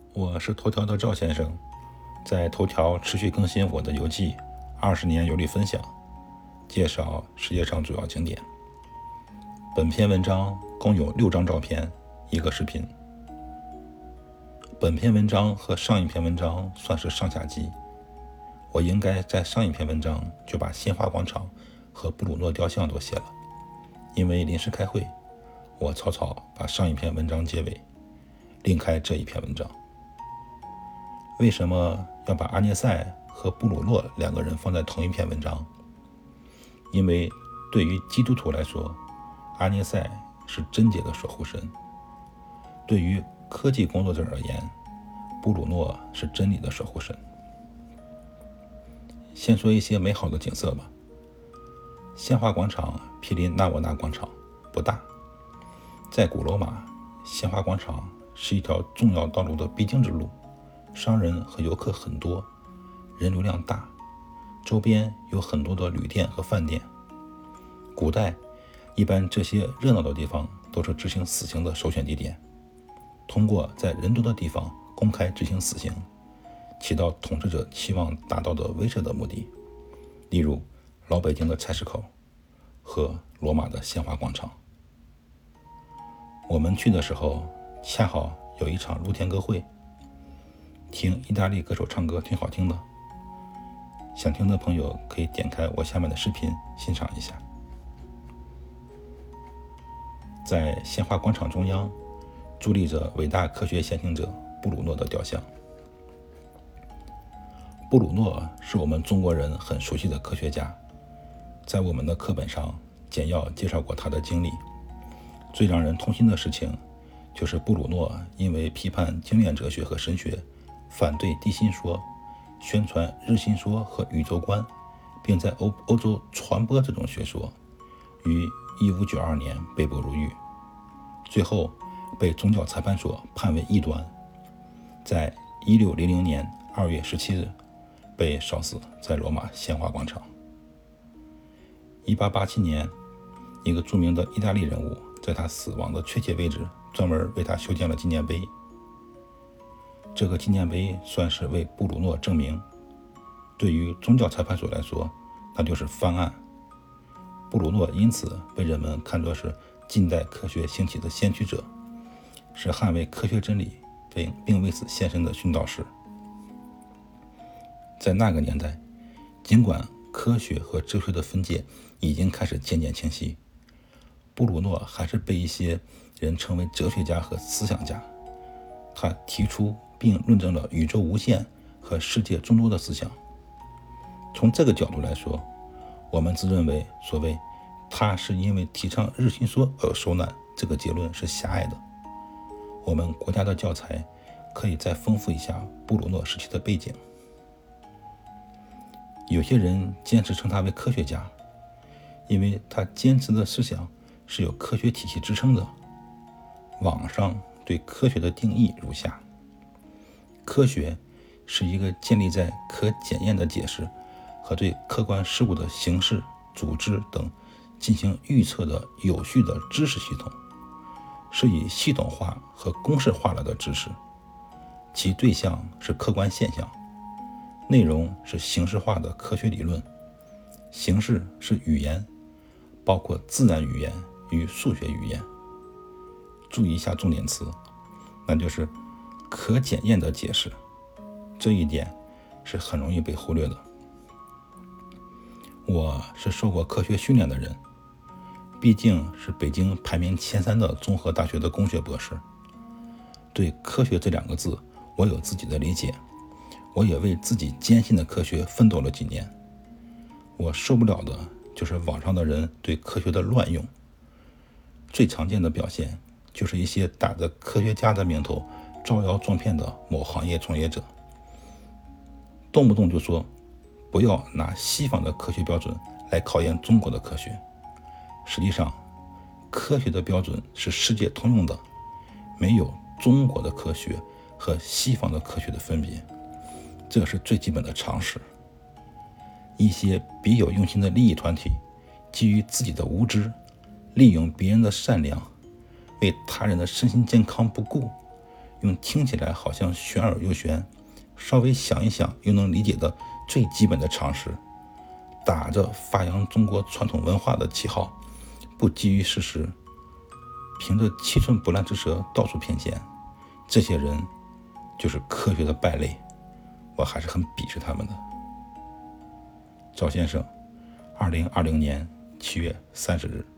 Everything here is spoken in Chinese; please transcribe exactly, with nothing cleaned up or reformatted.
我是头条的赵先生，在头条持续更新我的游记，二十年游历分享，介绍世界上主要景点。本篇文章共有六张照片，一个视频。本篇文章和上一篇文章算是上下集，我应该在上一篇文章就把鲜花广场和布鲁诺雕像都写了，因为临时开会，我草草把上一篇文章结尾，另开这一篇文章。为什么要把阿涅塞和布鲁诺两个人放在同一篇文章？因为对于基督徒来说，阿涅塞是贞洁的守护神；对于科技工作者而言，布鲁诺是真理的守护神。先说一些美好的景色吧。鲜花广场毗邻纳瓦纳广场，不大。在古罗马，鲜花广场是一条重要道路的必经之路，商人和游客很多，人流量大，周边有很多的旅店和饭店。古代一般这些热闹的地方都是执行死刑的首选地点，通过在人多的地方公开执行死刑，起到统治者期望达到的威慑的目的，例如老北京的菜市口和罗马的鲜花广场。我们去的时候恰好有一场露天歌会，听意大利歌手唱歌挺好听的，想听的朋友可以点开我下面的视频欣赏一下。在鲜花广场中央伫立着伟大科学先行者布鲁诺的雕像。布鲁诺是我们中国人很熟悉的科学家，在我们的课本上简要介绍过他的经历。最让人痛心的事情就是布鲁诺因为批判经验哲学和神学，反对地心说，宣传日心说和宇宙观，并在 欧, 欧洲传播这种学说，于一五九二年被捕入狱，最后被宗教裁判所判为异端，在一六零零年二月十七日被烧死在罗马鲜花广场。一八八七年，一个著名的意大利人物在他死亡的确切位置专门为他修建了纪念碑。这个纪念碑算是为布鲁诺证明，对于宗教裁判所来说，那就是翻案。布鲁诺因此被人们看作是近代科学兴起的先驱者，是捍卫科学真理并为此献身的殉道士。在那个年代，尽管科学和哲学的分界已经开始渐渐清晰，布鲁诺还是被一些人称为哲学家和思想家。他提出并论证了宇宙无限和世界众多的思想。从这个角度来说，我们自认为所谓他是因为提倡日心说而受难这个结论是狭隘的。我们国家的教材可以再丰富一下布鲁诺时期的背景。有些人坚持称他为科学家，因为他坚持的思想是有科学体系支撑的。网上对科学的定义如下：科学是一个建立在可检验的解释和对客观事物的形式、组织等进行预测的有序的知识系统，是以系统化和公式化了的知识，其对象是客观现象，内容是形式化的科学理论，形式是语言，包括自然语言与数学语言。注意一下重点词，那就是可检验的解释，这一点是很容易被忽略的。我是受过科学训练的人，毕竟是北京排名前三的综合大学的工学博士，对科学这两个字我有自己的理解，我也为自己坚信的科学奋斗了几年。我受不了的就是网上的人对科学的乱用。最常见的表现就是一些打着科学家的名头招摇撞骗的某行业从业者，动不动就说不要拿西方的科学标准来考验中国的科学。实际上，科学的标准是世界通用的，没有中国的科学和西方的科学的分别，这是最基本的常识。一些别有用心的利益团体基于自己的无知，利用别人的善良，为他人的身心健康不顾， 用听起来好像玄而又玄，稍微想一想又能理解的最基本的常识，打着发扬中国传统文化的旗号，不基于事实，凭着七寸不烂之舌到处骗钱，这些人就是科学的败类，我还是很鄙视他们的。赵先生，二零二零年七月三十日。